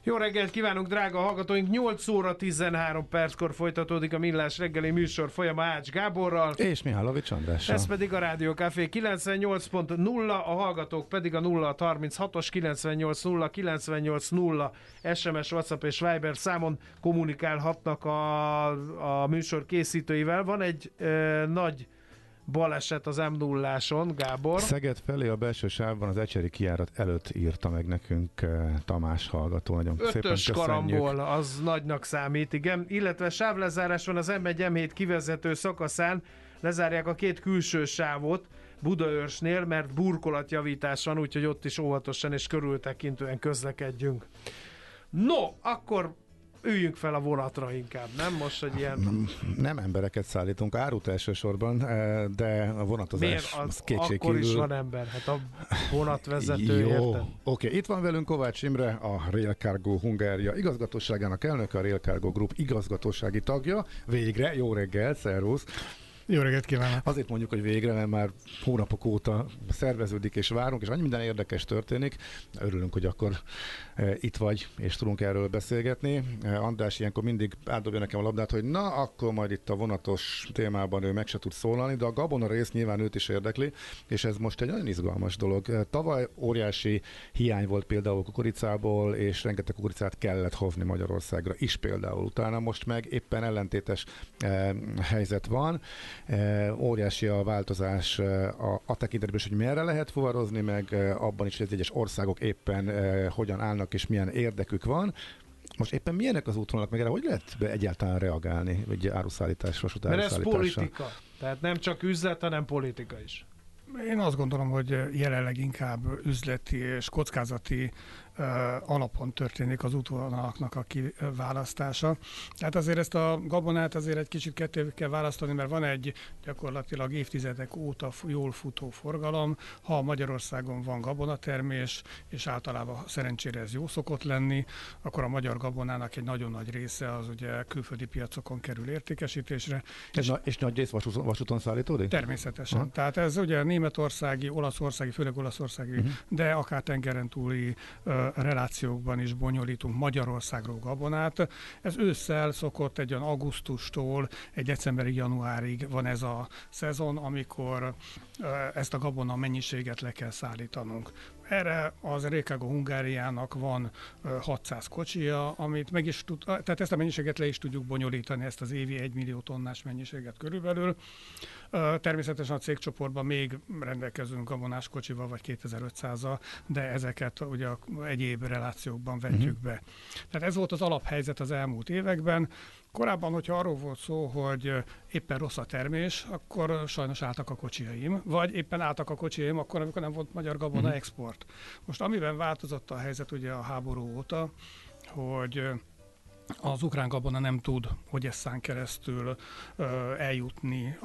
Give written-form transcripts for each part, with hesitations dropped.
Jó reggelt kívánunk, drága hallgatóink! 8 óra 13 perckor folytatódik a Millás reggeli műsor folyama Ács Gáborral. És Mihálovics Andrással. Ez pedig a Rádió Café 98.0, a hallgatók pedig a 036-os 98.0 SMS, WhatsApp és Viber számon kommunikálhatnak a műsor készítőivel. Van egy nagy baleset az M0-áson, Gábor. Szeged felé a belső sávban az Ecseri kijárat előtt írta meg nekünk Tamás hallgató. Nagyon szépen Ötös karambol, az nagynak számít, igen. Illetve sávlezárás van az M1-M7 kivezető szakaszán, lezárják a két külső sávot Budaörsnél, mert burkolatjavítás van, úgyhogy ott is óvatosan és körültekintően közlekedjünk. No, akkor üljünk fel a vonatra inkább, nem? Most, hogy ilyen... Nem embereket szállítunk, árut elsősorban, de a vonatozás... Miért? Akkor is van ember, hát a vonatvezető, Jó, érted? oké. Itt van velünk Kovács Imre, a Rail Cargo Hungária igazgatóságának elnöke, a Rail Cargo Group igazgatósági tagja. Végre, jó reggel, szervusz! Jó reggelt kívánok! Azért mondjuk, hogy végre, mert már hónapok óta szerveződik és várunk, és annyi minden érdekes történik. Örülünk, hogy akkor itt vagy, és tudunk erről beszélgetni. András ilyenkor mindig átdobja nekem a labdát, hogy na, akkor majd itt a vonatos témában ő meg se tud szólalni, de a gabona rész nyilván őt is érdekli, és ez most egy nagyon izgalmas dolog. Tavaly óriási hiány volt például kukoricából, és rengeteg kukoricát kellett hozni Magyarországra is például. Utána most meg éppen ellentétes helyzet van. Óriási a változás a tekintetben is, hogy merre lehet fuvarozni, meg abban is, hogy az egyes országok éppen hogyan állnak és milyen érdekük van. Most éppen milyenek az útvonalak, meg erre hogy lehet egyáltalán reagálni, vagy áruszállítás, vasútáruszállítással? Mert ez politika, tehát nem csak üzlet, hanem politika is. Én azt gondolom, hogy jelenleg inkább üzleti és kockázati alapon történik az útvonalaknak a kiválasztása. Tehát azért ezt a gabonát azért egy kicsit ketté kell választani, mert van egy gyakorlatilag évtizedek óta jól futó forgalom. Ha Magyarországon van gabonatermés, és általában szerencsére ez jó szokott lenni, akkor a magyar gabonának egy nagyon nagy része az ugye külföldi piacokon kerül értékesítésre. És nagy rész vasúton szállítódik? Természetesen. Uh-huh. Tehát ez ugye németországi, olaszországi, főleg olaszországi, de akár tengeren túli relációkban is bonyolítunk Magyarországról gabonát. Ez ősszel szokott egy olyan augusztustól egy decemberi januárig van ez a szezon, amikor ezt a gabona mennyiséget le kell szállítanunk. Erre az Rail Cargo Hungáriának van 600 kocsija, amit meg is tud, tehát ezt a mennyiséget le is tudjuk bonyolítani, ezt az évi 1 millió tonnás mennyiséget körülbelül. Természetesen a cégcsoportban még rendelkezünk gabonás kocsival, vagy 2500-al, de ezeket ugye egyéb relációkban vetjük be. Tehát ez volt az alaphelyzet az elmúlt években. Korábban, hogyha arról volt szó, hogy éppen rossz a termés, akkor sajnos álltak a kocsiaim, vagy éppen álltak a kocsiaim akkor, amikor nem volt magyar gabona export. Most amiben változott a helyzet ugye a háború óta, hogy az ukrán gabona nem tud Ogyesszán keresztül eljutni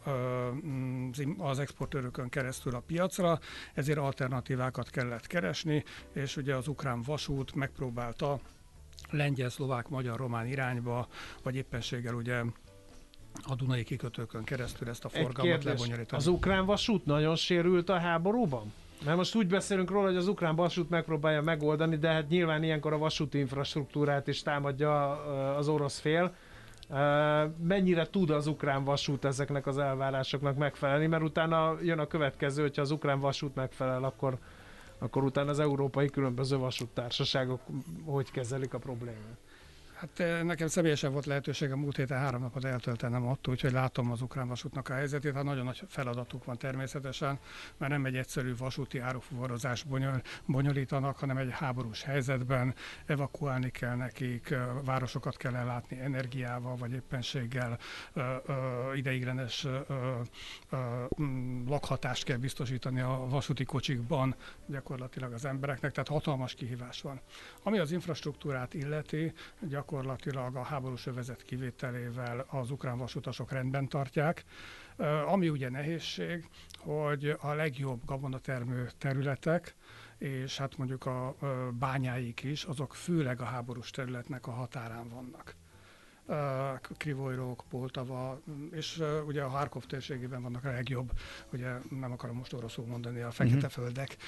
az exportőrökön keresztül a piacra, ezért alternatívákat kellett keresni, és ugye az ukrán vasút megpróbálta lengyel, szlovák, magyar, román irányba, vagy éppenséggel ugye a Dunai kikötőkön keresztül ezt a forgalmat lebonyolítani. Az ukrán vasút nagyon sérült a háborúban? Mert most úgy beszélünk róla, hogy az ukrán vasút megpróbálja megoldani, de hát nyilván ilyenkor a vasúti infrastruktúrát is támadja az orosz fél. Mennyire tud az ukrán vasút ezeknek az elvárásoknak megfelelni? Mert utána jön a következő, hogyha az ukrán vasút megfelel, akkor utána az európai különböző vasúttársaságok hogy kezelik a problémát? Hát nekem személyesen volt lehetőségem múlt héten 3 napot eltöltenem ott, úgyhogy látom az ukrán vasútnak a helyzetét. Hát nagyon nagy feladatuk van természetesen, mert nem egy egyszerű vasúti árufuvarozást bonyolítanak, hanem egy háborús helyzetben evakuálni kell nekik, városokat kell ellátni energiával, vagy éppenséggel ideiglenes lakhatást kell biztosítani a vasúti kocsikban gyakorlatilag az embereknek, tehát hatalmas kihívás van. Ami az infrastruktúrát illeti, gyakorlatilag a háborús övezet kivételével az ukrán vasutasok rendben tartják. Ami ugye nehézség, hogy a legjobb gabonatermő területek, és hát mondjuk a bányáik is, azok főleg a háborús területnek a határán vannak. Krivojrok, Poltava, és ugye a Harkov térségében vannak a legjobb, ugye nem akarom most oroszul mondani, a fekete földek,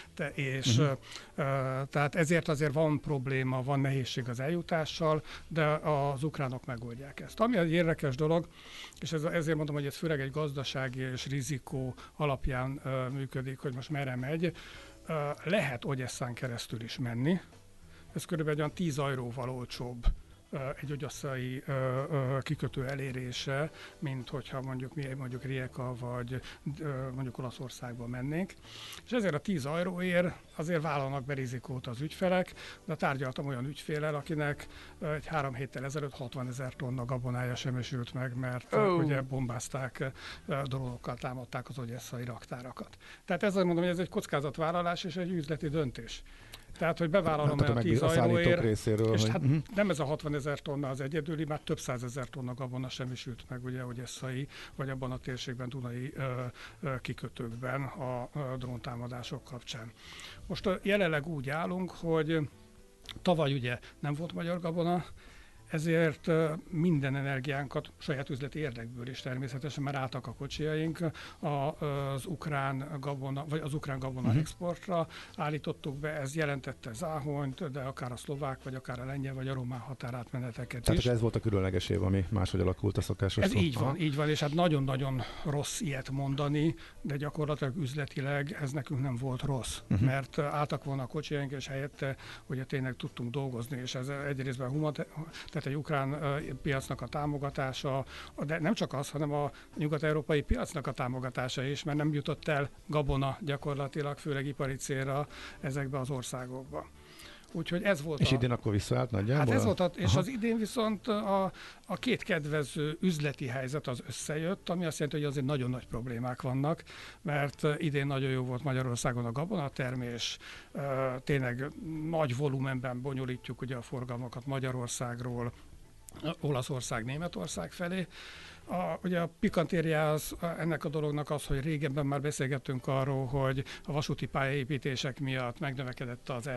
tehát ezért azért van probléma, van nehézség az eljutással, de az ukránok megoldják ezt. Ami egy érdekes dolog, és ezért mondom, hogy ez főleg egy gazdasági és rizikó alapján működik, hogy most merre megy, lehet Ogyesszán keresztül is menni, ez körülbelül olyan 10 euróval olcsóbb egy ogyesszai kikötő elérése, mint hogyha mondjuk Rijeka vagy mondjuk Olaszországba mennénk. És ezért a 10 euróért azért vállalnak be rizikót az ügyfelek, de tárgyaltam olyan ügyféllel, akinek egy 3 héttel ezelőtt 60 000 tonna gabonája semmisült meg, mert ugye bombázták, drónokkal támadták az ogyesszai raktárakat. Tehát ezzel mondom, hogy ez egy kockázatvállalás és egy üzleti döntés. Tehát, hogy bevállalom el a 10 euróért, részéről, és hát nem ez a 60 000 tonna az egyedüli, már több 100 000 tonna gabona semmisült meg, ugye, ogyesszai, vagy abban a térségben, dunai kikötőkben a dróntámadások kapcsán. Most jelenleg úgy állunk, hogy tavaly ugye nem volt magyar gabona, ezért minden energiánkat saját üzleti érdekből is természetesen már álltak a kocsijaink az ukrán gabona exportra állítottuk be, ez jelentette záhonyt, de akár a szlovák, vagy akár a lengyel, vagy a román határátmeneteket Tehát is. ez volt a különleges év, ami máshogy alakult a szokásos. Ez így van, és hát nagyon-nagyon rossz ilyet mondani, de gyakorlatilag üzletileg ez nekünk nem volt rossz, mert álltak volna a kocsijaink, és helyette ugye tényleg tudtunk dolgozni, és ez egyrészt tehát egy ukrán piacnak a támogatása, de nem csak az, hanem a nyugat-európai piacnak a támogatása is, mert nem jutott el gabona gyakorlatilag, főleg ipari célra ezekbe az országokba. Úgyhogy ez volt. És idén akkor visszaállt nagyjából? Hát ez volt, és az idén viszont a két kedvező üzleti helyzet az összejött, ami azt jelenti, hogy azért nagyon nagy problémák vannak, mert idén nagyon jó volt Magyarországon a gabonatermés, tényleg nagy volumenben bonyolítjuk ugye a forgalmakat Magyarországról, Olaszország, Németország felé. Ugye a pikantériá ennek a dolognak az, hogy régebben már beszélgettünk arról, hogy a vasúti pályaépítések miatt megnövekedett az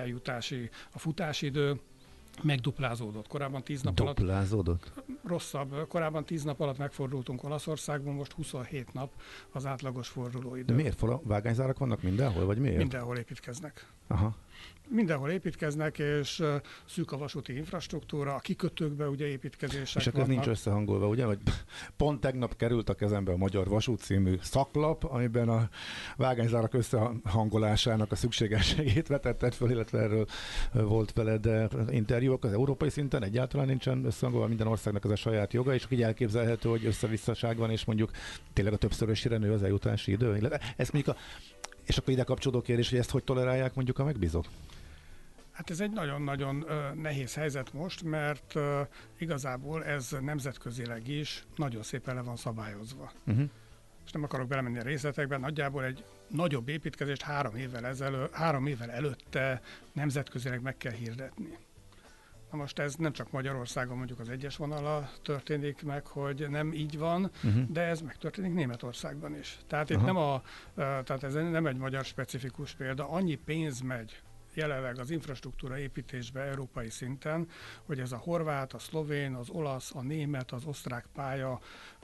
a futásidő, megduplázódott. Korábban 10 nap alatt... Duplázódott? Rosszabb. Korábban 10 nap alatt megfordultunk Olaszországban, most 27 nap az átlagos fordulóidő. De miért? Vágányzárak vannak mindenhol, vagy miért? Mindenhol építkeznek. Aha. Mindenhol építkeznek, és szűk a vasúti infrastruktúra, a kikötőkbe ugye építkezések és akkor ez nincs összehangolva, ugye? Hogy pont tegnap került a kezembe a Magyar Vasút című szaklap, amiben a vágányzárak összehangolásának a szükségességét vetetted föl, illetve erről volt veled interjúk az európai szinten, egyáltalán nincsen összehangolva, minden országnak az a saját joga, és így elképzelhető, hogy összevisszaság van, és mondjuk tényleg a többszörösére nő az eljutási idő. Ez mondjuk és akkor ide kapcsolódó kérdés, hogy ezt hogy tolerálják mondjuk a megbízók? Hát ez egy nagyon-nagyon nehéz helyzet most, mert igazából ez nemzetközileg is nagyon szépen le van szabályozva. És nem akarok belemenni a részletekben, nagyjából egy nagyobb építkezést 3 évvel előtte nemzetközileg meg kell hirdetni. Na most ez nem csak Magyarországon mondjuk az egyes vonala történik meg, hogy nem így van, de ez megtörténik Németországban is. Tehát itt tehát ez nem egy magyar specifikus példa, annyi pénz megy jelenleg az infrastruktúra építésbe európai szinten, hogy ez a horvát, a szlovén, az olasz, a német, az osztrák pálya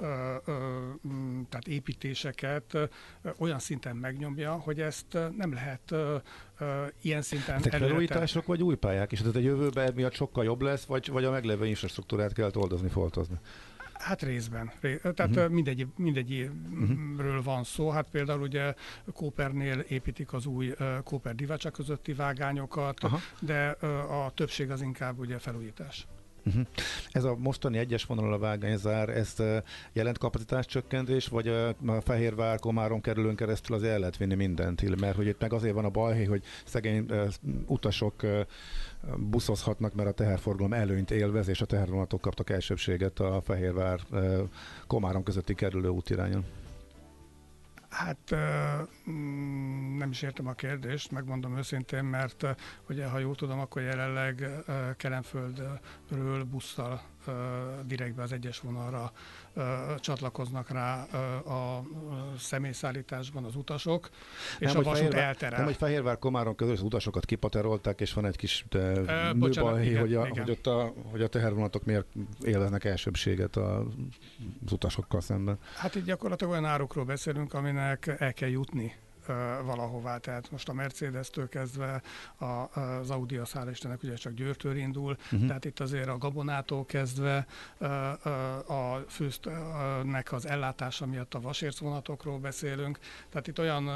tehát építéseket olyan szinten megnyomja, hogy ezt nem lehet ilyen szinten ezek felújítások vagy új pályák is? Tehát a jövőben miatt sokkal jobb lesz, vagy a meglévő infrastruktúrát kell oldozni, foltozni? Hát részben. Tehát mindegyről van szó. Hát például ugye Kópernél építik az új Kóper-Divácsa közötti vágányokat, de a többség az inkább ugye felújítás. Ez a mostani egyes vonal a vágányzár, ezt jelent kapacitáscsökkentés, vagy a Fehérvár, Komárom kerülőn keresztül az el lehet vinni mindent? Mert hogy itt meg azért van a baj, hogy szegény utasok buszozhatnak, mert a teherforgalom előnyt élvez, és a tehervonatok kaptak elsőbséget a Fehérvár, Komárom közötti kerülő útirányon. Hát nem is értem a kérdést, megmondom őszintén, mert ugye, ha jól tudom, akkor jelenleg Kelenföldről busszal direktbe az egyes vonalra csatlakoznak rá a személyszállításban az utasok, és a vasút elterel. Nem, hogy Fehérvár-Komárom között az utasokat kipaterolták, és van egy kis műbaj, hogy a tehervonatok miért élveznek elsőbbséget az utasokkal szemben. Hát itt gyakorlatilag olyan árukról beszélünk, aminek el kell jutni valahová. Tehát most a Mercedes-től kezdve az Audi, az hál' Istennek ugye csak Győrtől indul, tehát itt azért a Gabonától kezdve a főztnek az ellátása miatt a vasércvonatokról beszélünk. Tehát itt olyan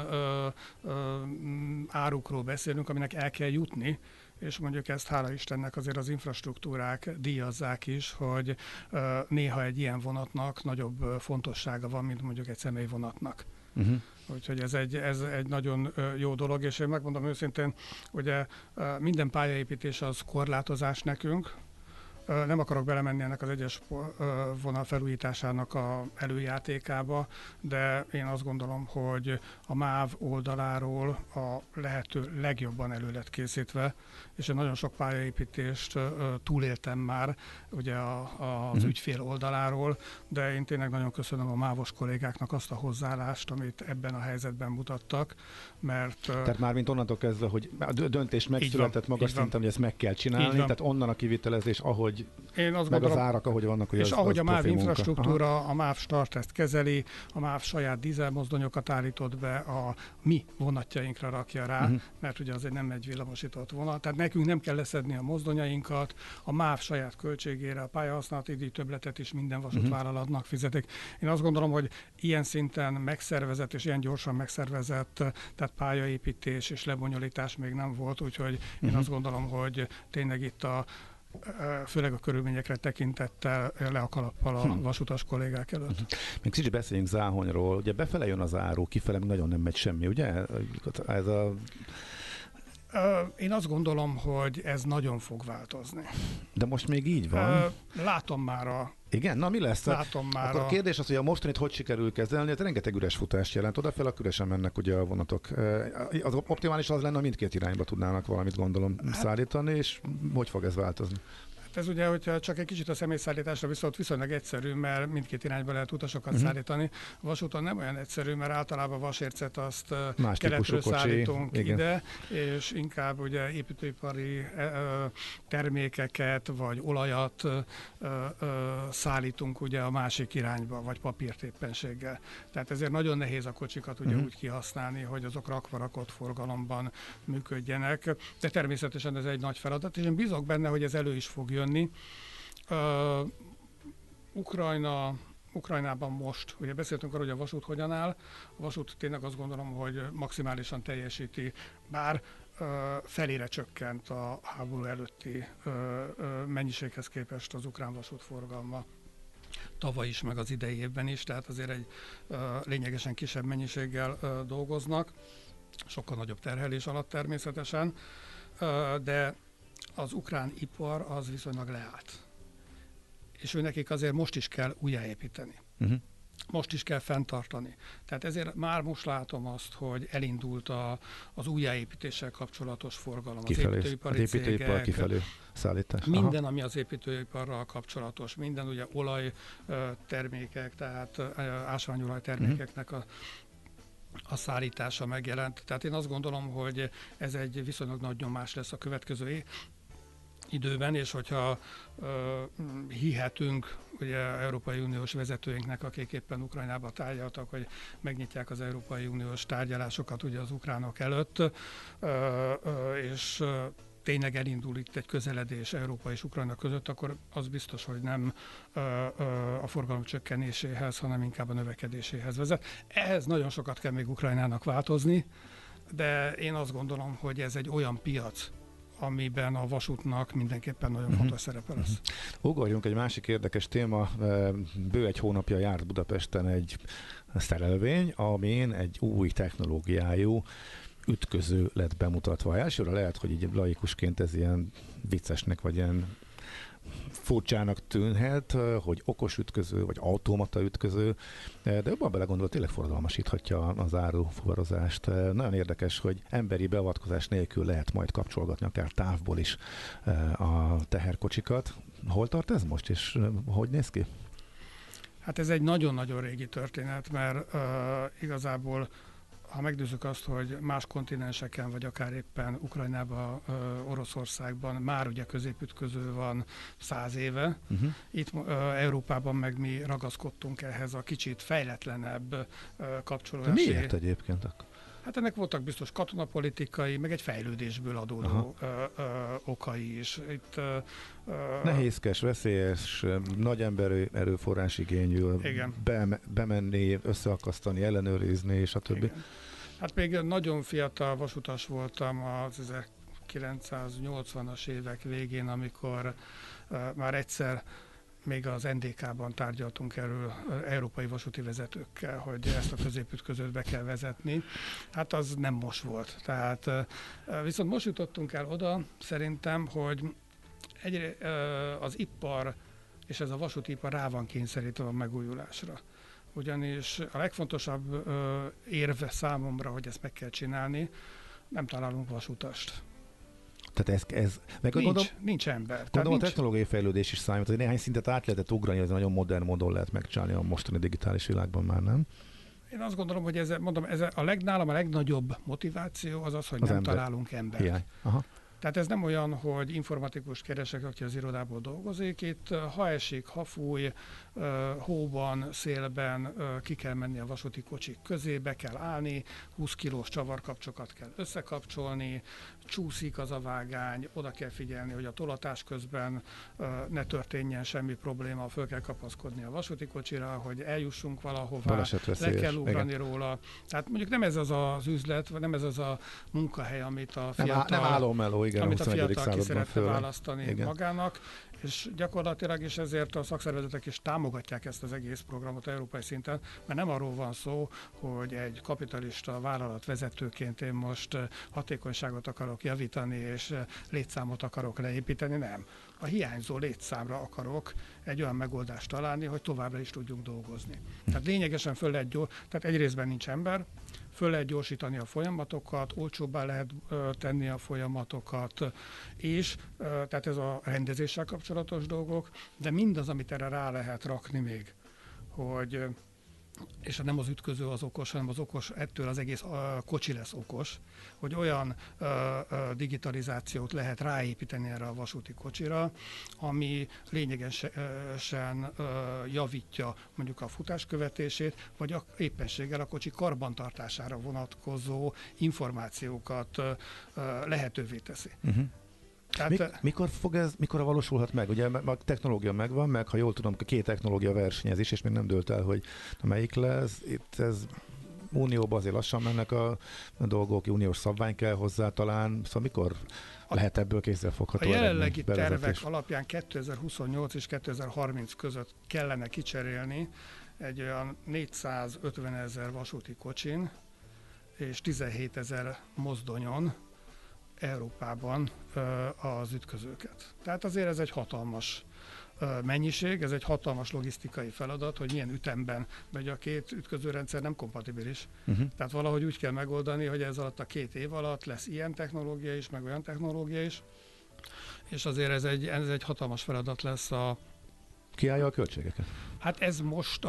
árukról beszélünk, aminek el kell jutni, és mondjuk ezt hála Istennek azért az infrastruktúrák díjazzák is, hogy néha egy ilyen vonatnak nagyobb fontossága van, mint mondjuk egy személyvonatnak. Úgyhogy ez egy nagyon jó dolog, és én megmondom őszintén, ugye minden pályaépítés az korlátozás nekünk. Nem akarok belemenni ennek az egyes vonal felújításának a előjátékába, de én azt gondolom, hogy a MÁV oldaláról a lehető legjobban elő lett készítve, és én nagyon sok pályaépítést túléltem már ugye az ügyfél oldaláról, de én tényleg nagyon köszönöm a MÁV-os kollégáknak azt a hozzáállást, amit ebben a helyzetben mutattak, mert... Tehát már mint onnantól kezdve, hogy a döntés megszületett magas szinten, hogy ezt meg kell csinálni, tehát onnan a kivitelezés, ahogy én azt meg gondolom, az árak, ahogy vannak, hogy és az, ahogy az a MÁV infrastruktúra, Aha. a MÁV Start ezt kezeli, a MÁV saját dízelmozdonyokat állított be, a mi vonatjainkra rakja rá, mert ugye az nem egy villamosított vonat, tehát nekünk nem kell leszedni a mozdonyainkat, a MÁV saját költségére a pályahasználati díjtöbbletet is minden vasútvállalatnak fizetik. Én azt gondolom, hogy ilyen szinten megszervezett és ilyen gyorsan megszervezett, tehát pályaépítés és lebonyolítás még nem volt, úgyhogy én azt gondolom, hogy tényleg itt főleg a körülményekre tekintettel le a kalappal a vasutas kollégák előtt. Még kicsit beszéljünk Záhonyról. Ugye befele jön az áru, kifele még nagyon nem megy semmi, ugye? Ez a... Én azt gondolom, hogy ez nagyon fog változni. De most még így van? Látom már a... Igen? Na mi lesz? Látom már akkor a kérdés az, hogy a mostanit hogy sikerül kezelni, hát rengeteg üres futást jelent. Odafelé üresen mennek ugye a vonatok. Az optimális az lenne, mindkét irányba tudnának valamit gondolom szállítani, és hogy fog ez változni? Ez ugye, hogyha csak egy kicsit a személyszállításra viszont viszonylag egyszerű, mert mindkét irányba lehet utasokat szállítani. A vasúton nem olyan egyszerű, mert általában vasércet azt keletről szállítunk ide, és inkább ugye építőipari termékeket vagy olajat szállítunk ugye a másik irányba, vagy papírt éppenséggel. Tehát ezért nagyon nehéz a kocsikat ugye úgy kihasználni, hogy azok rakva rakott forgalomban működjenek, de természetesen ez egy nagy feladat, és én bízok benne, hogy ez elő is fog jönni. Ukrajnában most, ugye beszéltünk arról, hogy a vasút hogyan áll. A vasút tényleg azt gondolom, hogy maximálisan teljesíti, bár felére csökkent a háború előtti mennyiséghez képest az ukrán vasút forgalma. Tavaly is, meg az idei évben is, tehát azért egy lényegesen kisebb mennyiséggel dolgoznak, sokkal nagyobb terhelés alatt természetesen, de az ukrán ipar az viszonylag leállt. És nekik azért most is kell újjáépíteni. Most is kell fenntartani. Tehát ezért már most látom azt, hogy elindult az újjáépítéssel kapcsolatos forgalom. Kifelé, az építőipar kifelé szállítás. Minden, ami az építőiparral kapcsolatos, minden ugye olajtermékek, tehát ásványolajtermékeknek a szállítása megjelent. Tehát én azt gondolom, hogy ez egy viszonylag nagy nyomás lesz a következő időben, és hogyha hihetünk ugye Európai Uniós vezetőinknek, akik éppen Ukrajnába tárgyaltak, hogy megnyitják az Európai Uniós tárgyalásokat ugye az ukránok előtt, és tényleg elindul itt egy közeledés Európa és Ukrajna között, akkor az biztos, hogy nem a forgalom csökkenéséhez, hanem inkább a növekedéséhez vezet. Ehhez nagyon sokat kell még Ukrajnának változni, de én azt gondolom, hogy ez egy olyan piac, amiben a vasútnak mindenképpen nagyon fontos szerepe lesz. Ugorjunk egy másik érdekes téma. Bő egy hónapja járt Budapesten egy szerelvény, amin egy új technológiájú ütköző lett bemutatva. Elsőre lehet, hogy így laikusként ez ilyen viccesnek, vagy ilyen furcsának tűnhet, hogy okos ütköző, vagy automata ütköző, de jobban belegondol, tényleg forradalmasíthatja az árufuvarozást. Nagyon érdekes, hogy emberi beavatkozás nélkül lehet majd kapcsolgatni, akár távból is a teherkocsikat. Hol tart ez most, és hogy néz ki? Hát ez egy nagyon-nagyon régi történet, mert igazából ha megnézzük azt, hogy más kontinenseken, vagy akár éppen Ukrajnában, Oroszországban már ugye középütköző van 100 éve. Itt Európában meg mi ragaszkodtunk ehhez a kicsit fejletlenebb kapcsolódási. Miért egyébként akkor? Hát ennek voltak biztos katonapolitikai, meg egy fejlődésből adódó okai is. Itt, nehézkes, veszélyes, nagy emberi erőforrás igényű, bemenni, összeakasztani, ellenőrizni, és a többi. Igen. Hát még nagyon fiatal vasutas voltam az 1980-as évek végén, amikor már egyszer még az NDK-ban tárgyaltunk erről európai vasúti vezetőkkel, hogy ezt a középütközőt be kell vezetni. Hát az nem most volt. Tehát viszont most jutottunk el oda, szerintem, hogy az ipar és ez a vasútipar rá van kényszerítve a megújulásra. Ugyanis a legfontosabb érve számomra, hogy ezt meg kell csinálni, nem találunk vasutast. Tehát ez nincs ember. Gondolom a technológiai fejlődés is számít, hogy néhány szintet át lehetett ugrani, az nagyon modern módon lehet megcsinálni a mostani digitális világban már, nem? Én azt gondolom, hogy nálam a legnagyobb motiváció az, hogy nem találunk embert. Hiány. Aha. Tehát ez nem olyan, hogy informatikust keresek, aki az irodából dolgozik. Itt ha esik, ha fúj, hóban, szélben ki kell menni a vasúti kocsik közé, be kell állni, 20 kilós csavarkapcsokat kell összekapcsolni, csúszik az a vágány, oda kell figyelni, hogy a tolatás közben ne történjen semmi probléma, föl kell kapaszkodni a vasúti kocsira, hogy eljussunk valahová, le kell ugrani róla. Tehát mondjuk nem ez az az üzlet, vagy nem ez az a munkahely, amit a fiatal, nem álommeló, igen, amit a fiatal ki szeretne választani igen. magának, és gyakorlatilag is ezért a szakszervezetek is támogatják ezt az egész programot európai szinten, mert nem arról van szó, hogy egy kapitalista vállalat vezetőként én most hatékonyságot akarok javítani, és létszámot akarok leépíteni, nem. A hiányzó létszámra akarok egy olyan megoldást találni, hogy továbbra is tudjunk dolgozni. Tehát lényegesen tehát egy részben nincs ember, föl lehet gyorsítani a folyamatokat, olcsóbbá lehet tenni a folyamatokat, és tehát ez a rendezéssel kapcsolatos dolgok, de mindaz, amit erre rá lehet rakni még, hogy és nem az ütköző az okos, hanem az okos, ettől az egész kocsi lesz okos, hogy olyan digitalizációt lehet ráépíteni erre a vasúti kocsira, ami lényegesen javítja mondjuk a futáskövetését, vagy éppenséggel a kocsi karbantartására vonatkozó információkat lehetővé teszi. Tehát, mikor valósulhat meg? Ugye a technológia megvan, meg ha jól tudom, 2 technológia versenyezés, és még nem dőlt el, hogy melyik lesz. Itt ez unióban azért lassan mennek a dolgok, uniós szabvány kell hozzá talán. Szóval mikor lehet ebből kézzelfogható? A jelenlegi tervek alapján 2028 és 2030 között kellene kicserélni egy olyan 450 000 vasúti kocsin és 17 000 mozdonyon Európában az ütközőket. Tehát azért ez egy hatalmas mennyiség, ez egy hatalmas logisztikai feladat, hogy milyen ütemben megy a 2 ütközőrendszer nem kompatibilis. Tehát valahogy úgy kell megoldani, hogy ez alatt a 2 év alatt lesz ilyen technológia is, meg olyan technológia is, és azért ez egy hatalmas feladat lesz Ki állja a költségeket? Hát ez most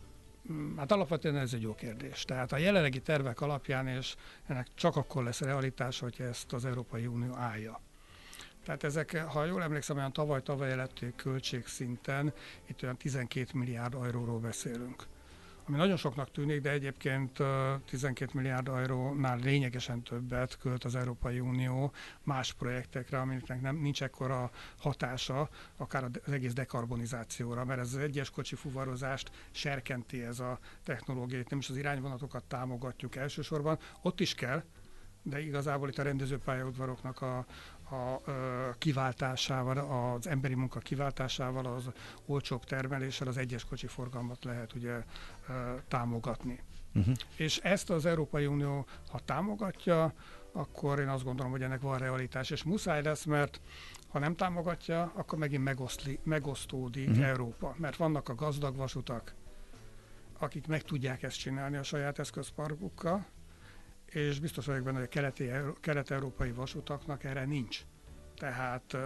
Hát alapvetően ez egy jó kérdés. Tehát a jelenlegi tervek alapján, és ennek csak akkor lesz realitás, hogy ezt az Európai Unió állja. Tehát ezek, ha jól emlékszem, olyan tavaly előtti költségszinten itt olyan 12 milliárd euróról beszélünk. Ami nagyon soknak tűnik, de egyébként 12 milliárd eurónál lényegesen többet költ az Európai Unió más projektekre, aminek nincs ekkora hatása, akár az egész dekarbonizációra, mert ez az egyes kocsi fuvarozást serkenti ez a technológia, nem is az irányvonatokat támogatjuk elsősorban, ott is kell, de igazából itt a rendezőpályaudvaroknak a kiváltásával, az emberi munka kiváltásával, az olcsóbb termeléssel az egyes kocsi forgalmat lehet ugye támogatni. És ezt az Európai Unió, ha támogatja, akkor én azt gondolom, hogy ennek van realitás, és muszáj lesz, mert Ha nem támogatja, akkor megint megosztódik Európa, mert vannak a gazdag vasutak, akik meg tudják ezt csinálni a saját eszközparkukkal, és biztos vagyok benne, hogy a kelet-európai vasutaknak erre nincs. Tehát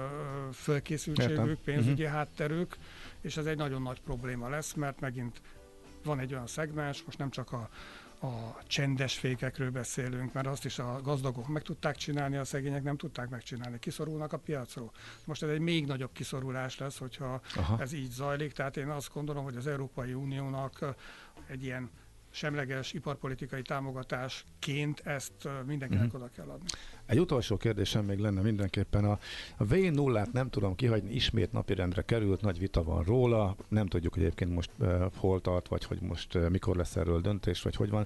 fölkészültségük, pénzügyi hátterük, és ez egy nagyon nagy probléma lesz, mert megint van egy olyan szegmens, most nem csak a csendes fékekről beszélünk, mert azt is a gazdagok meg tudták csinálni, a szegények nem tudták megcsinálni, kiszorulnak a piacról. Most ez egy még nagyobb kiszorulás lesz, hogyha ez így zajlik, tehát én azt gondolom, hogy az Európai Uniónak egy ilyen semleges iparpolitikai támogatásként ezt mindenkinek oda kell adni. Egy utolsó kérdésem még lenne mindenképpen. A V0-át nem tudom kihagyni, ismét napirendre került, nagy vita van róla, nem tudjuk, hogy egyébként most hol tart, vagy hogy most mikor lesz erről döntés, vagy hogy van.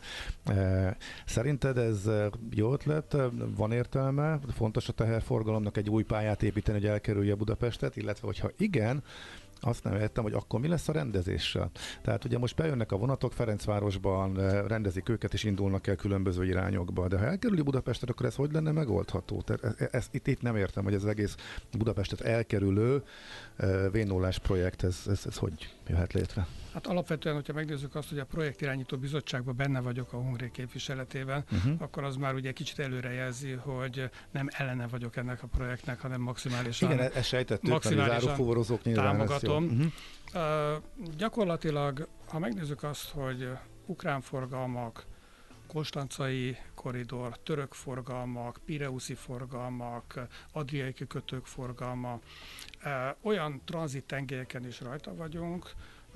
Szerinted ez jó ötlet, van értelme, fontos a teherforgalomnak egy új pályát építeni, hogy elkerülje Budapestet, illetve hogyha igen, azt nem értem, hogy akkor mi lesz a rendezéssel. Tehát ugye most bejönnek a vonatok, Ferencvárosban rendezik őket, és indulnak el különböző irányokba. De ha elkerüli Budapestet, akkor ez hogy lenne megoldható? Tehát itt nem értem, hogy ez az egész Budapestet elkerülő V0-ás projekt, ez hogy jöhet létre? Hát alapvetően, hogyha megnézzük azt, hogy a projektirányító bizottságban benne vagyok a Hungary képviseletében, akkor az már ugye kicsit előrejelzi, hogy nem ellene vagyok ennek a projektnek, hanem maximálisan, igen, ezt sejtettük, zárófuvarozók nyilván támogatom. Gyakorlatilag, ha megnézzük azt, hogy ukrán forgalmak, konstancai korridor, török forgalmak, pireuszi forgalmak, adriai kikötők forgalma, olyan tranzittengelyeken is rajta vagyunk,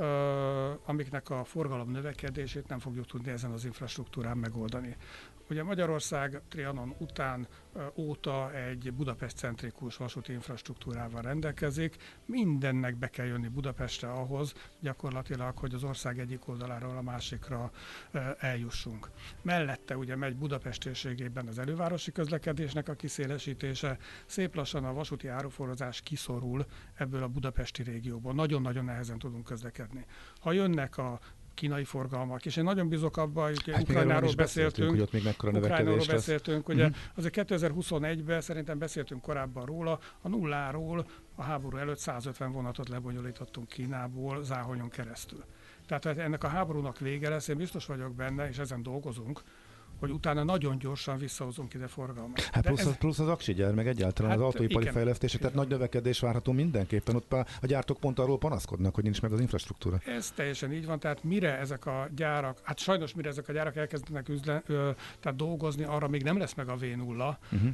amiknek a forgalom növekedését nem fogjuk tudni ezen az infrastruktúrán megoldani. Ugye Magyarország Trianon után óta egy Budapest-centrikus vasúti infrastruktúrával rendelkezik. Mindennek be kell jönni Budapestre ahhoz, gyakorlatilag, hogy az ország egyik oldaláról a másikra eljussunk. Mellette ugye megy Budapest térségében az elővárosi közlekedésnek a kiszélesítése. Szép lassan a vasúti áruforozás kiszorul ebből a budapesti régióból. Nagyon-nagyon nehezen tudunk közlekedni. Ha jönnek a kínai forgalmak, és én nagyon bízok abban, hogy Ukrajnáról beszéltünk, hogy ott még mekkora növekedés lesz. Ugye azért 2021-ben szerintem beszéltünk korábban róla, a nulláról a háború előtt 150 vonatot lebonyolítottunk Kínából Záhonyon keresztül. Tehát ennek a háborúnak vége lesz, én biztos vagyok benne, és ezen dolgozunk, hogy utána nagyon gyorsan visszahozunk ide forgalmat. Hát plusz az aksigyár, meg egyáltalán az autóipari fejlesztések, tehát nagy növekedés várható mindenképpen. Ott a gyártók pont arról panaszkodnak, hogy nincs meg az infrastruktúra. Ez teljesen így van, tehát mire ezek a gyárak, hát sajnos mire ezek a gyárak elkezdenek tehát dolgozni, arra még nem lesz meg a V0,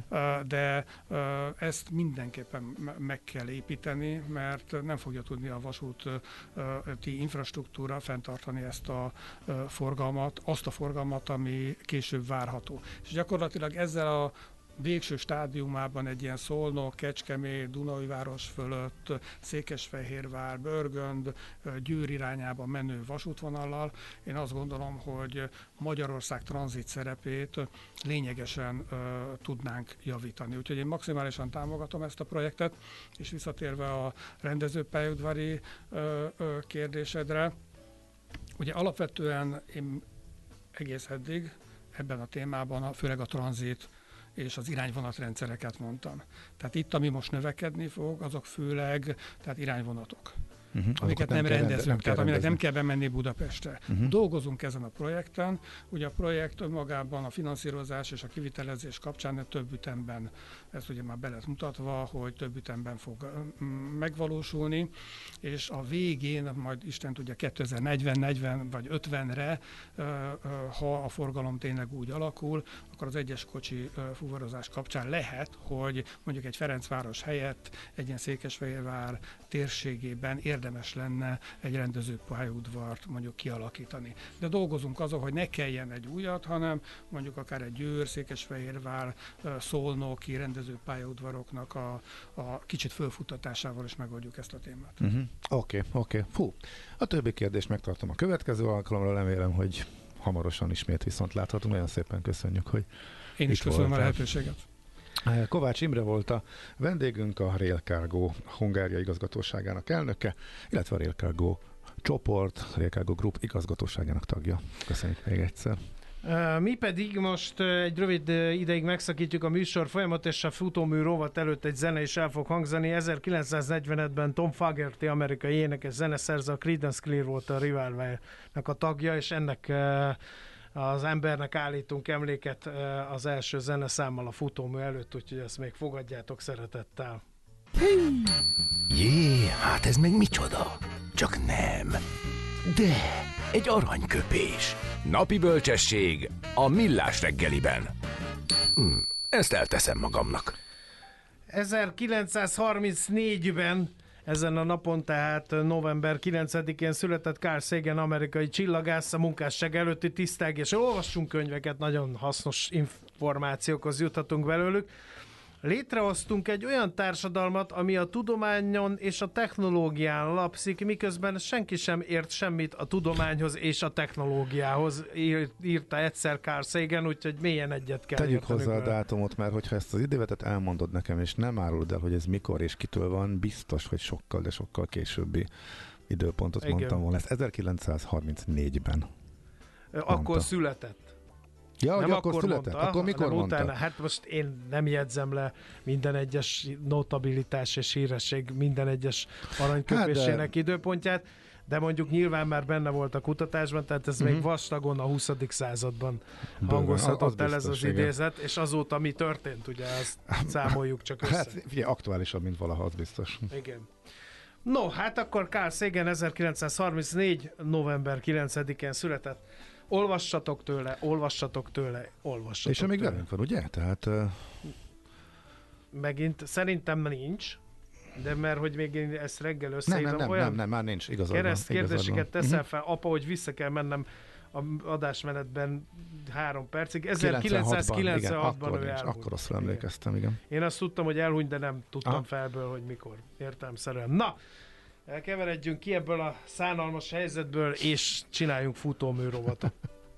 de ezt mindenképpen meg kell építeni, mert nem fogja tudni a vasúti infrastruktúra fenntartani ezt a forgalmat, azt a forgalmat, ami később várható. És gyakorlatilag ezzel a végső stádiumában egy ilyen Szolnok, Kecskemét, Dunaújváros fölött, Székesfehérvár, Börgönd, Győr irányába menő vasútvonallal én azt gondolom, hogy Magyarország tranzit szerepét lényegesen tudnánk javítani. Úgyhogy én maximálisan támogatom ezt a projektet, és visszatérve a rendezőpályaudvari kérdésedre, ugye alapvetően én egész eddig ebben a témában főleg a tranzit és az irányvonatrendszereket mondtam. Tehát itt, ami most növekedni fog, azok főleg tehát irányvonatok. Amiket nem rendezünk, tehát aminek nem kell bemenni Budapestre. Dolgozunk ezen a projekten, ugye a projekt önmagában a finanszírozás és a kivitelezés kapcsán több ütemben, ezt ugye már be lett mutatva, hogy több ütemben fog megvalósulni, és a végén, majd Isten tudja 2040, 40 vagy 50-re, ha a forgalom tényleg úgy alakul, akkor az egyes kocsi fuvarozás kapcsán lehet, hogy mondjuk egy Ferencváros helyett egy ilyen Székesfehérvár térségében érdemes lenne egy rendezőpályaudvart mondjuk kialakítani. De dolgozunk azon, hogy ne kelljen egy újat, hanem mondjuk akár egy Győr, Székesfehérvár, szolnoki rendezőpályaudvaroknak a kicsit fölfuttatásával is megoldjuk ezt a témát. Oké. Fú, a többi kérdést megtartom a következő alkalomra, remélem, hogy hamarosan ismét viszont láthatunk. Nagyon szépen köszönjük, hogy én is köszönöm a lehetőséget. Kovács Imre volt a vendégünk, a Rail Cargo Hungária igazgatóságának elnöke, illetve a Rail Cargo csoport, Rail Cargo Group igazgatóságának tagja. Köszönjük még egyszer. Mi pedig most egy rövid ideig megszakítjuk a műsor folyamat, és a futómű rovat előtt egy zene is el fog hangzani. 1945-ben Tom Fogerty, amerikai énekes zeneszerző, a Creedence Clearwater Revival-nek a tagja, és ennek az embernek állítunk emléket az első zeneszámmal a futómű előtt, úgyhogy ezt még fogadjátok szeretettel. Jé, hát ez meg micsoda? Csak nem. De egy aranyköpés. Napi bölcsesség a Millás reggeliben. Ezt elteszem magamnak. 1934-ben ezen a napon, tehát november 9-én született Carl Sagan, amerikai csillagász, a munkásság előtti tisztáig, és olvassunk könyveket, nagyon hasznos információkhoz juthatunk belőlük. Létrehoztunk egy olyan társadalmat, ami a tudományon és a technológián alapszik, miközben senki sem ért semmit a tudományhoz és a technológiához, írta egyszer Carl Sagan, úgyhogy mélyen egyet kell Tegyük értenünk hozzá a vele. dátumot, mert hogyha ezt az idővetet elmondod nekem, és nem árulod el, hogy ez mikor és kitől van, biztos, hogy sokkal, de sokkal későbbi időpontot Igen. mondtam volna. Ez 1934-ben. Akkor mondta. született. Ja, Nem hogy akkor született? mondta, Akkor mikor hanem mondta? utána. Hát most én nem jegyzem le minden egyes notabilitás és híresség minden egyes aranyköpésének időpontját, de mondjuk nyilván már benne volt a kutatásban, tehát ez még vastagon a 20. században hangozhatott el ez biztos, az igen. idézet, és azóta mi történt, ugye azt számoljuk csak össze. Hát figyelj, aktuálisabb, mint valaha, az biztos. Igen. No, hát akkor Carl Sagan 1934. november 9-én született. Olvassatok tőle, olvassatok tőle, olvassatok És még tőle. velünk van, ugye? Tehát Megint szerintem nincs, de mert hogy még én ezt reggel összeírom, nem, már nincs, igazad van. kereszt igazad kérdéseket van. teszel fel, apa, hogy vissza kell mennem a adásmenetben 3 percig. 96-ban, igen, 1996-ban akkor ő nincs, elhunyt. akkor rosszul emlékeztem, igen. Én azt tudtam, hogy elhunyt, de nem tudtam Aha. felből, hogy mikor. Értelemszerűen. Na, elkeveredjünk ki ebből a szánalmas helyzetből, és csináljunk futóműrovatot.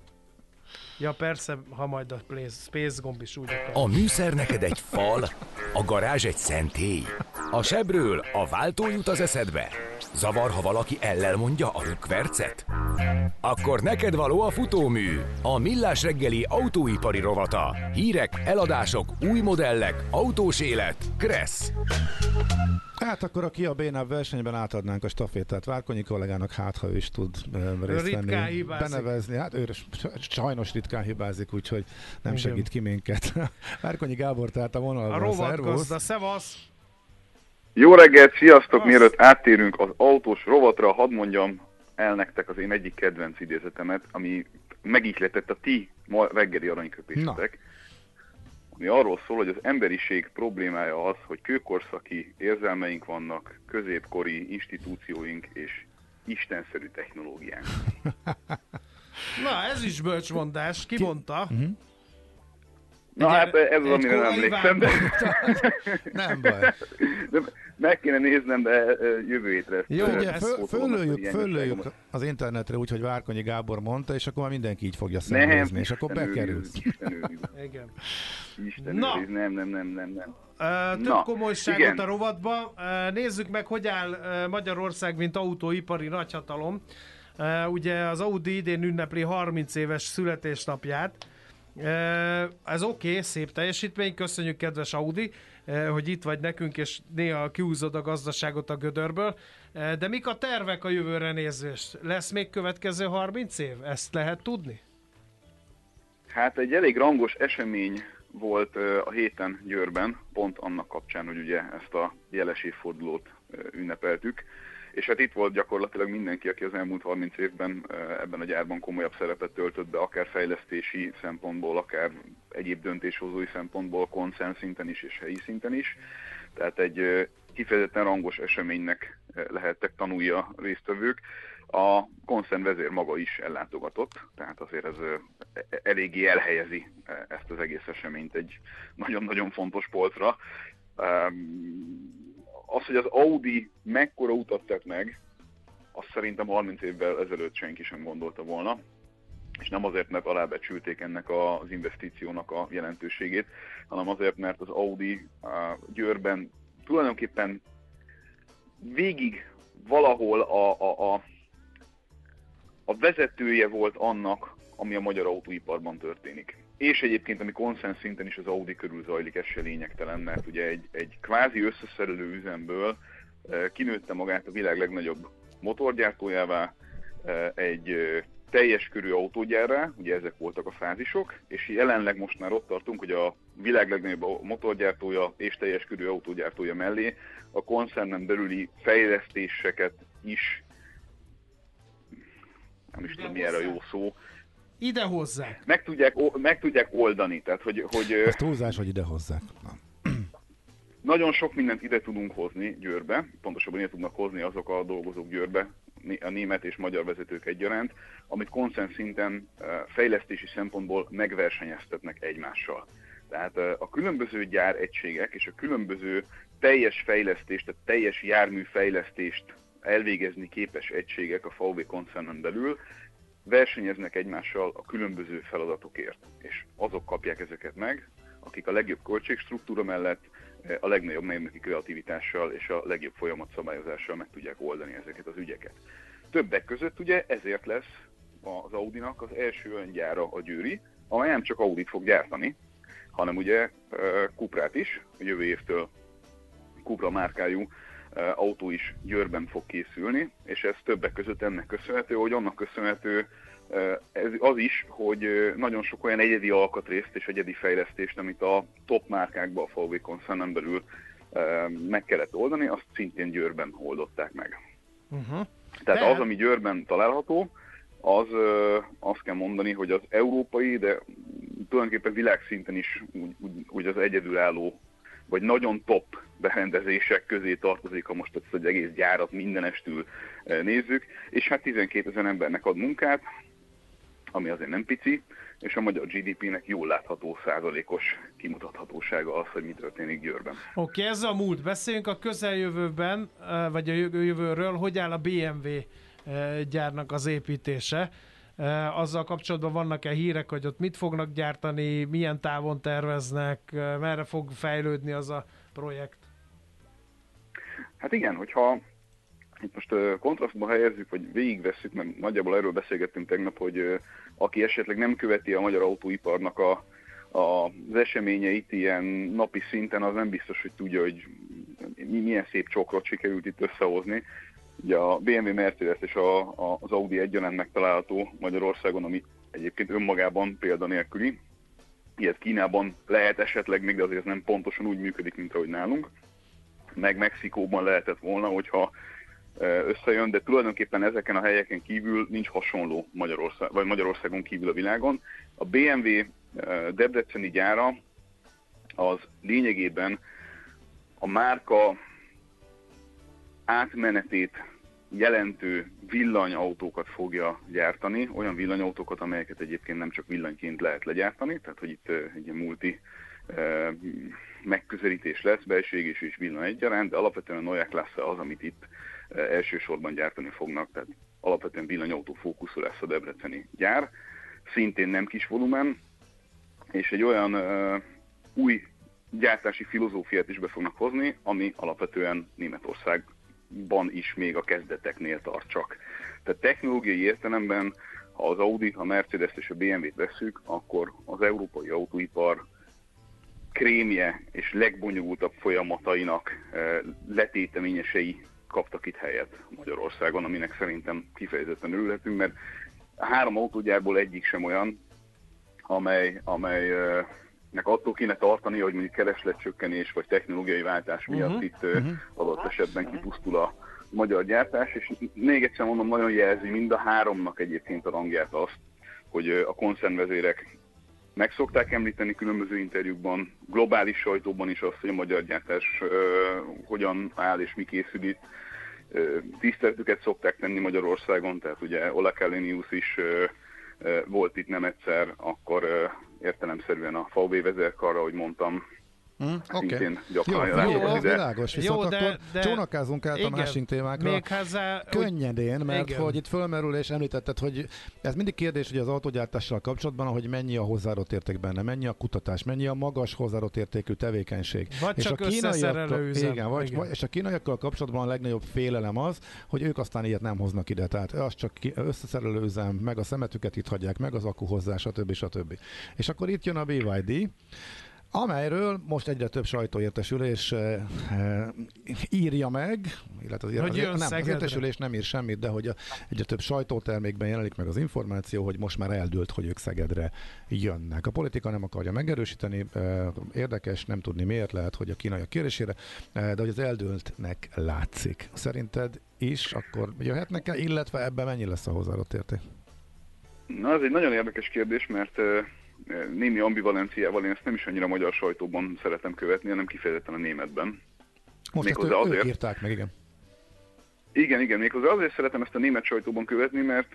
Ja persze, ha majd a space gomb is úgy akar. A műszer neked egy fal, a garázs egy szentély. A sebről a váltó jut az eszedbe. Zavar, ha valaki ellel mondja a rükvercet? Akkor neked való a futómű, a Millás reggeli autóipari rovata. Hírek, eladások, új modellek, autós élet, Kressz. Hát akkor a ki a bénább versenyben átadnánk a stafétát Várkonyi kollégának, hát ha ő is tud részt Ritkán venni, hibázik. benevezni. Hát ő sajnos ritkán hibázik, úgyhogy nem Igen. segít ki minket. Várkonyi Gábor tehát a A vonalban, rovatgazda, szevasz! Jó reggelt, sziasztok! Azt. Mielőtt áttérünk az autós rovatra, hadd mondjam el nektek az én egyik kedvenc idézetemet, ami megihletett a ti ma reggeli aranyköpésetek. Ami arról szól, hogy az emberiség problémája az, hogy kőkorszaki érzelmeink vannak, középkori institúcióink és istenszerű technológiánk. Na, ez is bölcsmondás, ki mondta? Na hát ez az, egy amire nem korai emlékszem, de, Nem baj. de meg kéne néznem, de jövő hétre. Jó, ezt ugye, pótolom, hogy ilyen Föllőjük igazságomat. az internetre úgy, hogy Várkonyi Gábor mondta, és akkor már mindenki így fogja Nem, szemlézni, és akkor Isten bekerülsz. őriz, Isten őriz, Igen. Isten Na. őriz, nem. Több Na, komolyságot igen. a rovatba. Nézzük meg, hogy áll Magyarország, mint autóipari nagyhatalom. Ugye az Audi idén ünnepli 30 éves születésnapját. Ez oké, szép teljesítmény, köszönjük kedves Audi, hogy itt vagy nekünk, és néha kiúzod a gazdaságot a gödörből. De mik a tervek a jövőre nézvést? Lesz még következő 30 év? Ezt lehet tudni? Hát egy elég rangos esemény volt a héten Győrben, pont annak kapcsán, hogy ugye ezt a jeles évfordulót ünnepeltük. És hát itt volt gyakorlatilag mindenki, aki az elmúlt 30 évben ebben a gyárban komolyabb szerepet töltött be, akár fejlesztési szempontból, akár egyéb döntéshozói szempontból, koncern szinten is és helyi szinten is. Tehát egy kifejezetten rangos eseménynek lehettek tanulni a résztvevők. A koncern vezér maga is ellátogatott, tehát azért ez eléggé elhelyezi ezt az egész eseményt egy nagyon-nagyon fontos polcra. Az, hogy az Audi mekkora utat tett meg, azt szerintem 30 évvel ezelőtt senki sem gondolta volna, és nem azért, mert alábecsülték ennek az investíciónak a jelentőségét, hanem azért, mert az Audi Győrben tulajdonképpen végig valahol a vezetője volt annak, ami a magyar autóiparban történik. És egyébként, ami konszenz szinten is az Audi körül zajlik, ez se lényegtelen, mert ugye egy kvázi összeszerelő üzemből kinőtte magát a világ legnagyobb motorgyártójává, egy teljes körű autógyárrá, ugye ezek voltak a fázisok, és jelenleg most már ott tartunk, hogy a világ legnagyobb motorgyártója és teljes körű autógyártója mellé a koncernen belüli fejlesztéseket is, nem is tudom mi erre a jó szó, ide hozzák. Meg tudják oldani. Tehát, hogy Ez túlzás, hogy ide hozzák. nagyon sok mindent ide tudunk hozni Győrbe, pontosabban ide tudnak hozni azok a dolgozók Győrbe, a német és magyar vezetők egyaránt, amit konszenz szinten fejlesztési szempontból megversenyeztetnek egymással. Tehát a különböző gyáregységek és a különböző teljes fejlesztést, tehát teljes járműfejlesztést elvégezni képes egységek a VW koncernen belül versenyeznek egymással a különböző feladatokért. És azok kapják ezeket meg, akik a legjobb költségstruktúra mellett a legnagyobb mérnöki kreativitással és a legjobb folyamatszabályozással meg tudják oldani ezeket az ügyeket. Többek között ugye ezért lesz az Audinak az első olyan gyára a győri, amely nem csak Audit fog gyártani, hanem ugye Cuprát is, jövő évtől Cupra márkájú autó is Győrben fog készülni, és ez többek között ennek köszönhető, hogy annak köszönhető ez az is, hogy nagyon sok olyan egyedi alkatrészt és egyedi fejlesztést, amit a top márkákban a VW koncernen belül meg kellett oldani, azt szintén Győrben oldották meg. Tehát az, ami Győrben található, az azt kell mondani, hogy az európai, de tulajdonképpen világszinten is úgy az egyedülálló, vagy nagyon top berendezések közé tartozik, ha most ezt az egész gyárat mindenestül nézzük, és hát 12 000 embernek ad munkát, ami azért nem pici, és a magyar GDP-nek jól látható százalékos kimutathatósága az, hogy mi történik Győrben. Oké, ez a múlt. Beszéljünk a közeljövőben, vagy a jövőről, hogy áll a BMW gyárnak az építése. Azzal kapcsolatban vannak-e hírek, hogy ott mit fognak gyártani, milyen távon terveznek, merre fog fejlődni az a projekt? Hát igen, hogyha itt most kontrasztba helyezzük, vagy végigvesszük, mert nagyjából erről beszélgettünk tegnap, hogy aki esetleg nem követi a magyar autóiparnak az eseményeit ilyen napi szinten, az nem biztos, hogy tudja, hogy milyen szép csokrot sikerült itt összehozni. Ugye a BMW, Mercedes és az Audi egyaránt megtalálható Magyarországon, ami egyébként önmagában példanélküli. Ilyet Kínában lehet esetleg még, de azért nem pontosan úgy működik, mint ahogy nálunk. Meg Mexikóban lehetett volna, hogyha összejön, de tulajdonképpen ezeken a helyeken kívül nincs hasonló Magyarországon kívül a világon. A BMW debreceni gyára az lényegében a márka átmenetét jelentő villanyautókat fogja gyártani, olyan villanyautókat, amelyeket egyébként nem csak villanyként lehet legyártani, tehát hogy itt egy ilyen multi megközelítés lesz, belső égés és villany egyaránt, de alapvetően a Neue Klasse az, amit itt elsősorban gyártani fognak, tehát alapvetően villanyautó fókuszú lesz a debreceni gyár, szintén nem kis volumen, és egy olyan új gyártási filozófiát is be fognak hozni, ami alapvetően Németországban is még a kezdeteknél tart csak. Tehát technológiai értelemben, ha az Audit, a Mercedes és a BMW-t vesszük, akkor az európai autóipar krémje és legbonyolultabb folyamatainak letéteményesei kaptak itt helyet Magyarországon, aminek szerintem kifejezetten örülhetünk, mert a 3 autógyárból egyik sem olyan, amelynek attól kéne tartani, hogy mondjuk keresletcsökkenés vagy technológiai váltás miatt itt adott esetben kipusztul a magyar gyártás, és még egyszer mondom, nagyon jelzi mind a 3-nak egyébként a rangját azt, hogy a koncernvezérek meg szokták említeni különböző interjúkban, globális sajtóban is azt, hogy a magyar gyártás hogyan áll és mi készül itt. Tiszteletüket szokták tenni Magyarországon, tehát ugye Ola Källenius is volt itt nem egyszer, akkor értelemszerűen a VW vezérkarra, ahogy mondtam, szintén gyakran jó, világos, viszont akkor csónakázunk át a másik témákra. Még könnyedén, mert hogy itt fölmerül és említetted, hogy ez mindig kérdés, hogy az autógyártással kapcsolatban, hogy mennyi a hozzáadott érték benne, mennyi a kutatás, mennyi a magas hozzáadott értékű tevékenység. Vagy és csak a kínaiakkal, igen. És a kínaiakkal kapcsolatban a legnagyobb félelem az, hogy ők aztán ilyet nem hoznak ide. Tehát az csak összeszerelő üzem, meg a szemetüket itt hagyják, meg az akkuhozzá, stb. És akkor itt jön a BYD, amelyről most egyre több sajtóértesülés írja meg, illetve az értesülés nem ír semmit, de hogy egyre több sajtótermékben jelenik meg az információ, hogy most már eldőlt, hogy ők Szegedre jönnek. A politika nem akarja megerősíteni, érdekes, nem tudni miért, lehet, hogy a kínaiak kérésére, de hogy az eldőltnek látszik. Szerinted is akkor jöhetnek-e, illetve ebben mennyi lesz a hozzáadott érték? Na, ez egy nagyon érdekes kérdés, mert némi ambivalenciával én ezt nem is annyira magyar sajtóban szeretem követni, hanem kifejezetten a németben. Most ezt ők írták meg, igen. Igen, méghozzá azért szeretem ezt a német sajtóban követni, mert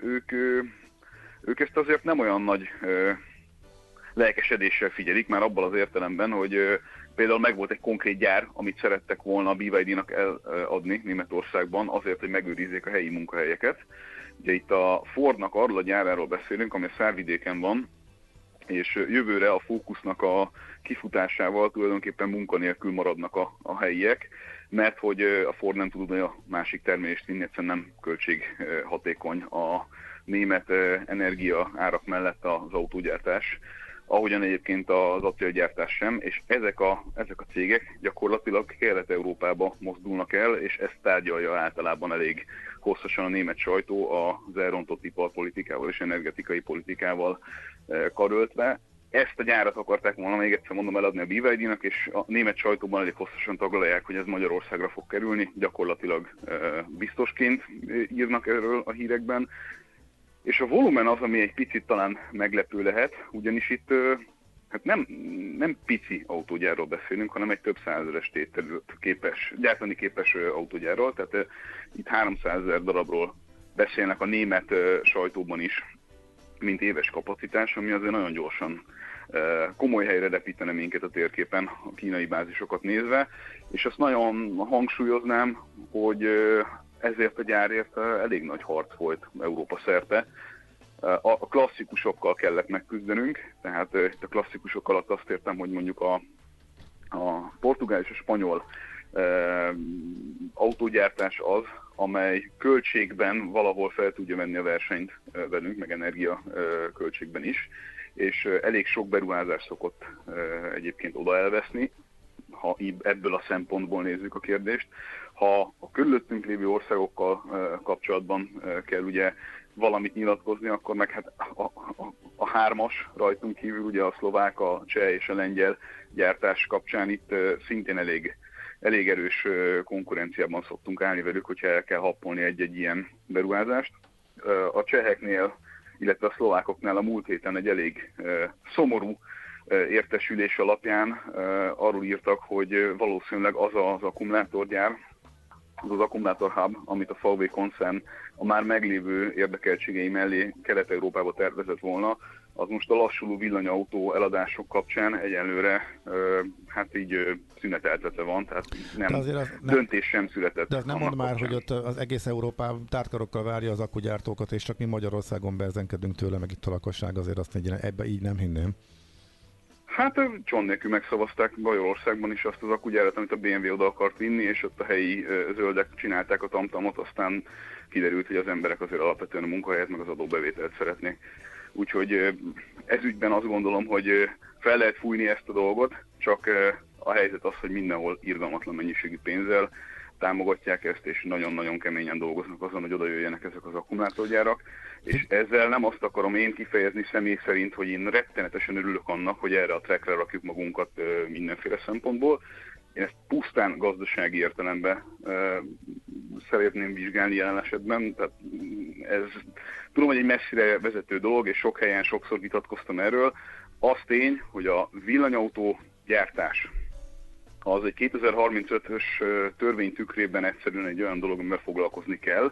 ők ezt azért nem olyan nagy lelkesedéssel figyelik, már abban az értelemben, hogy például megvolt egy konkrét gyár, amit szerettek volna a BYD-nak eladni Németországban azért, hogy megőrizzék a helyi munkahelyeket. Ugye itt a Fordnak arról a gyáráról beszélünk, ami a Szárvidéken van, és jövőre a Focusnak a kifutásával tulajdonképpen munkanélkül maradnak a helyiek, mert hogy a Ford nem tud a másik termelést vinni, egyszerűen nem költséghatékony a német energia árak mellett az autógyártás, ahogyan egyébként az acélgyártás sem, és ezek a cégek gyakorlatilag Kelet-Európába mozdulnak el, és ezt tárgyalja általában elég hosszasan a német sajtó az elrontott iparpolitikával és energetikai politikával karöltve. Ezt a gyárat akarták volna, még egyszer mondom, eladni a BYD-nak, és a német sajtóban elég hosszasan taglalják, hogy ez Magyarországra fog kerülni, gyakorlatilag biztosként írnak erről a hírekben. És a volumen az, ami egy picit talán meglepő lehet, ugyanis itt hát nem pici autógyárról beszélünk, hanem egy több százezeres tételű gyártani képes autógyárról, tehát itt 300 000 darabról beszélnek a német sajtóban is, mint éves kapacitás, ami azért nagyon gyorsan komoly helyre repítene minket a térképen a kínai bázisokat nézve, és azt nagyon hangsúlyoznám, hogy ezért a gyárért elég nagy harc volt Európa szerte. A klasszikusokkal kellett megküzdenünk, tehát itt a klasszikusok alatt azt értem, hogy mondjuk a portugál és a spanyol autógyártás az, amely költségben valahol fel tudja venni a versenyt velünk, meg energia költségben is, és elég sok beruházás szokott egyébként oda elveszni, ha ebből a szempontból nézzük a kérdést. Ha a körülöttünk lévő országokkal kapcsolatban kell ugye valamit nyilatkozni, akkor meg hát a hármas rajtunk kívül ugye a szlovák, a cseh és a lengyel gyártás kapcsán itt szintén elég erős konkurenciában szoktunk állni velük, hogyha el kell happolni egy-egy ilyen beruházást. A cseheknél, illetve a szlovákoknál a múlt héten egy elég szomorú értesülés alapján arról írtak, hogy valószínűleg az az akkumulátorgyár, az akkumulátor hub, amit a VW koncern a már meglévő érdekeltségei mellé Kelet-Európába tervezett volna, az most a lassuló villanyautó eladások kapcsán egyenlőre hát így szüneteltetve van, tehát döntés sem született. De az nem mond már, hogy ott az egész Európá tártkarokkal várja az akkugyártókat, és csak mi Magyarországon bezenkedünk tőle, meg itt a lakosság, azért azt ebbe így nem hinném. Hát csont nélkül megszavazták Magyarországban is azt az akkugyárat, amit a BMW oda akart vinni, és ott a helyi zöldek csinálták a tamtamot, aztán kiderült, hogy az emberek azért alapvetően a munkahelyet, meg az adóbevételt szeretnék. Úgyhogy ezügyben azt gondolom, hogy fel lehet fújni ezt a dolgot, csak a helyzet az, hogy mindenhol irgalmatlan mennyiségű pénzzel támogatják ezt, és nagyon-nagyon keményen dolgoznak azon, hogy oda jöjjenek ezek az akkumulátorgyárak. És ezzel nem azt akarom én kifejezni személy szerint, hogy én rettenetesen örülök annak, hogy erre a trackre rakjuk magunkat mindenféle szempontból. Én ezt pusztán gazdasági értelemben szeretném vizsgálni jelen esetben. Tehát tudom, hogy egy messzire vezető dolog, és sok helyen sokszor vitatkoztam erről. Az tény, hogy a villanyautó gyártás az egy 2035-ös törvény tükrében egyszerűen egy olyan dolog, amivel foglalkozni kell.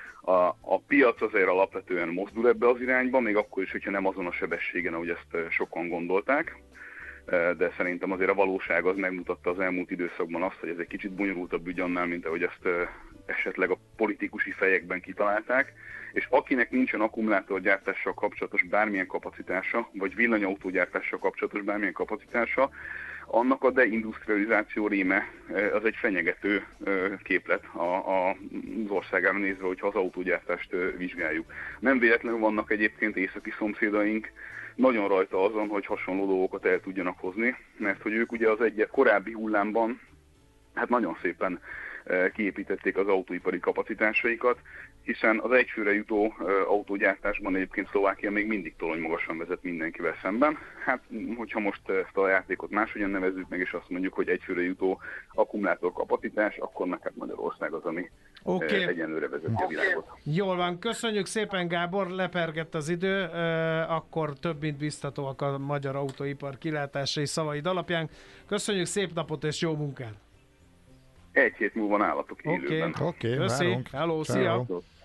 A piac azért alapvetően mozdul ebbe az irányba, még akkor is, hogyha nem azon a sebességen, ahogy ezt sokan gondolták. de szerintem azért a valóság az megmutatta az elmúlt időszakban azt, hogy ez egy kicsit bonyolultabb ügy annál, mint ahogy ezt esetleg a politikusi fejekben kitalálták, és akinek nincsen akkumulátorgyártással kapcsolatos bármilyen kapacitása, vagy villanyautógyártással kapcsolatos bármilyen kapacitása, annak a deindustrializáció ríme az egy fenyegető képlet az országára nézve, hogyha az autógyártást vizsgáljuk. Nem véletlenül vannak egyébként északi szomszédaink nagyon rajta azon, hogy hasonló dolgokat el tudjanak hozni, mert hogy ők ugye az egy korábbi hullámban hát nagyon szépen kiépítették az autóipari kapacitásaikat, hiszen az egyfőre jutó autógyártásban egyébként Szlovákia még mindig torony magasan vezet mindenkivel szemben. Hát, hogyha most ezt a játékot máshogyan nevezzük meg, és azt mondjuk, hogy egyfőre jutó akkumulátor kapacitás, akkor neked Magyarország az, ami egyenlőre vezeti a világot. Jól van, köszönjük szépen, Gábor, lepergett az idő, akkor több mint biztatóak a magyar autóipar kilátásai szavaid alapján. Köszönjük, szép napot és jó munkát! Egy hét múlva nálatok élőben. Oké, köszi, várunk. hello, szia!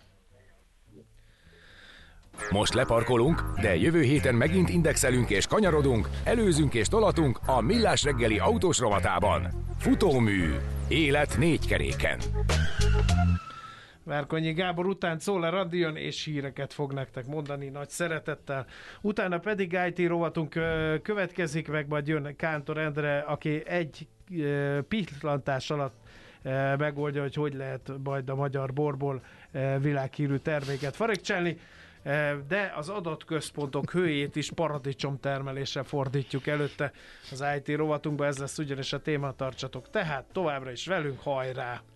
Most leparkolunk, de jövő héten megint indexelünk és kanyarodunk, előzünk és tolatunk a Millás reggeli autós rovatában. Futómű. Élet négy keréken. Várkonyi Gábor után Czoller Andi jön, és híreket fog nektek mondani nagy szeretettel. Utána pedig IT rovatunk következik, meg majd jön Kántor Endre, aki egy pillantás alatt megoldja, hogy lehet majd a magyar borból világhírű terméket farigcselni, de az adatközpontok hőjét is paradicsom termelésre fordítjuk előtte az IT rovatunkba, ez lesz ugyanis a téma, tartsatok tehát továbbra is velünk, hajrá!